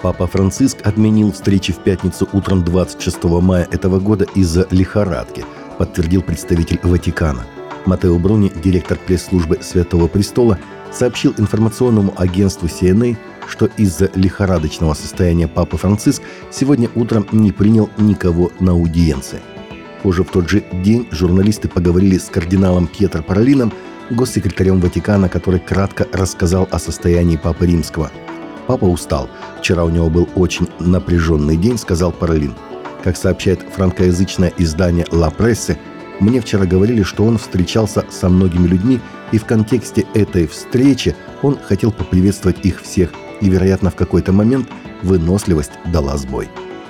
Папа Франциск отменил встречи в пятницу утром 26 мая этого года из-за лихорадки, подтвердил представитель Ватикана. Матео Бруни, директор пресс-службы Святого Престола, сообщил информационному агентству CNN, что из-за лихорадочного состояния Папа Франциск сегодня утром не принял никого на аудиенции. Позже в тот же день журналисты поговорили с кардиналом Пьетро Паролином, госсекретарем Ватикана, который кратко рассказал о состоянии Папы Римского. «Папа устал. Вчера у него был очень напряженный день», — сказал Паролин. Как сообщает франкоязычное издание «Ла Прессе», мне вчера говорили, что он встречался со многими людьми, и в контексте этой встречи он хотел поприветствовать их всех, и, вероятно, в какой-то момент выносливость дала сбой.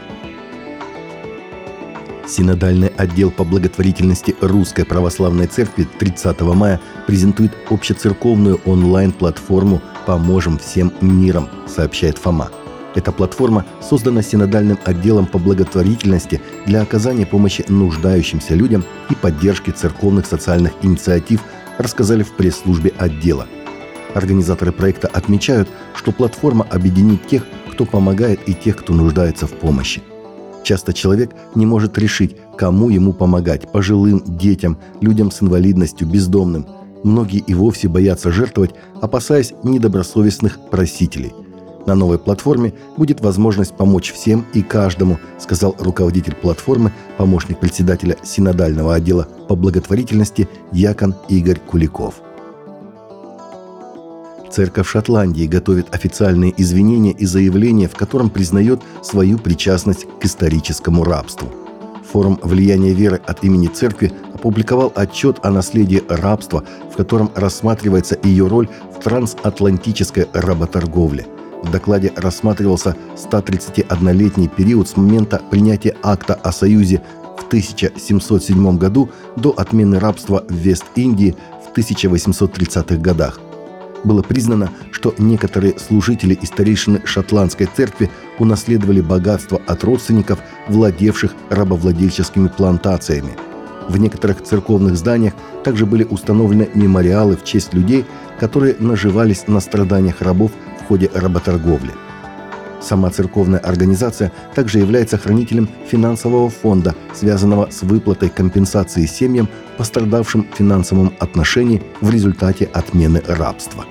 Синодальный отдел по благотворительности Русской Православной Церкви 30 мая презентует общецерковную онлайн-платформу «Поможем всем миром», сообщает Фома. Эта платформа создана Синодальным отделом по благотворительности для оказания помощи нуждающимся людям и поддержки церковных социальных инициатив, рассказали в пресс-службе отдела. Организаторы проекта отмечают, что платформа объединит тех, кто помогает, и тех, кто нуждается в помощи. Часто человек не может решить, кому ему помогать – пожилым, детям, людям с инвалидностью, бездомным. Многие и вовсе боятся жертвовать, опасаясь недобросовестных просителей. На новой платформе будет возможность помочь всем и каждому, сказал руководитель платформы, помощник председателя Синодального отдела по благотворительности диакон Игорь Куликов. Церковь Шотландии готовит официальные извинения и заявление, в котором признает свою причастность к историческому рабству. Форум влияния веры от имени Церкви опубликовал отчет о наследии рабства, в котором рассматривается ее роль в трансатлантической работорговле. В докладе рассматривался 131-летний период с момента принятия акта о Союзе в 1707 году до отмены рабства в Вест-Индии в 1830-х годах. Было признано, что некоторые служители и старейшины шотландской церкви унаследовали богатство от родственников, владевших рабовладельческими плантациями. В некоторых церковных зданиях также были установлены мемориалы в честь людей, которые наживались на страданиях рабов в ходе работорговли. Сама церковная организация также является хранителем финансового фонда, связанного с выплатой компенсации семьям, пострадавшим в финансовом отношении в результате отмены рабства.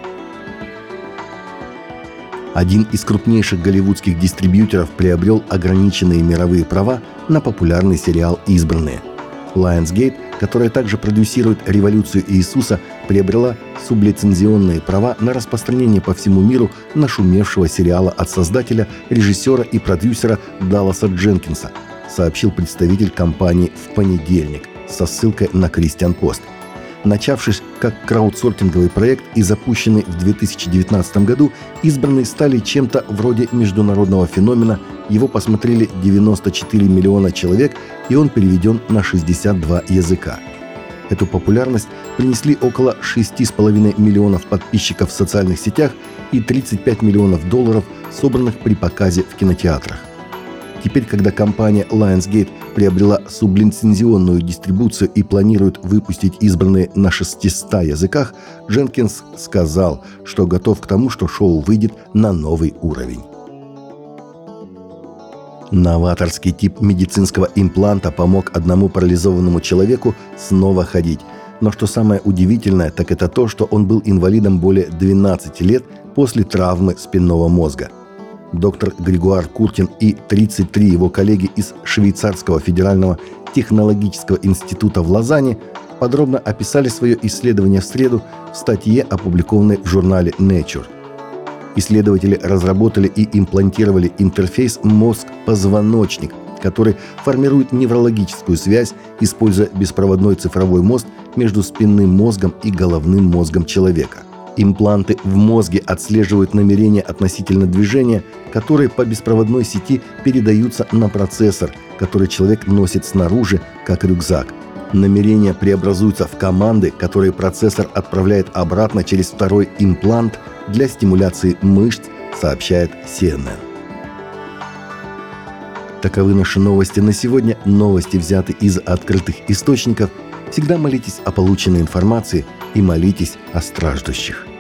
Один из крупнейших голливудских дистрибьюторов приобрел ограниченные мировые права на популярный сериал «Избранные». Lionsgate, которая также продюсирует «Революцию Иисуса», приобрела сублицензионные права на распространение по всему миру нашумевшего сериала от создателя, режиссера и продюсера Далласа Дженкинса, сообщил представитель компании в понедельник со ссылкой на Christian Post. Начавшись как краудсорсинговый проект и запущенный в 2019 году, «Избранные» стали чем-то вроде международного феномена. Его посмотрели 94 миллиона человек, и он переведен на 62 языка. Эту популярность принесли около 6,5 миллионов подписчиков в социальных сетях и 35 миллионов долларов, собранных при показе в кинотеатрах. Теперь, когда компания Lionsgate приобрела сублицензионную дистрибуцию и планирует выпустить «Избранные» на 600 языках, Дженкинс сказал, что готов к тому, что шоу выйдет на новый уровень. Новаторский тип медицинского импланта помог одному парализованному человеку снова ходить. Но что самое удивительное, так это то, что он был инвалидом более 12 лет после травмы спинного мозга. Доктор Григуар Куртин и 33 его коллеги из Швейцарского федерального технологического института в Лозанне подробно описали свое исследование в среду в статье, опубликованной в журнале Nature. Исследователи разработали и имплантировали интерфейс мозг-позвоночник, который формирует неврологическую связь, используя беспроводной цифровой мост между спинным мозгом и головным мозгом человека. Импланты в мозге отслеживают намерения относительно движения, которые по беспроводной сети передаются на процессор, который человек носит снаружи, как рюкзак. Намерения преобразуются в команды, которые процессор отправляет обратно через второй имплант для стимуляции мышц, сообщает CNN. Таковы наши новости на сегодня. Новости взяты из открытых источников. Всегда молитесь о полученной информации и молитесь о страждущих.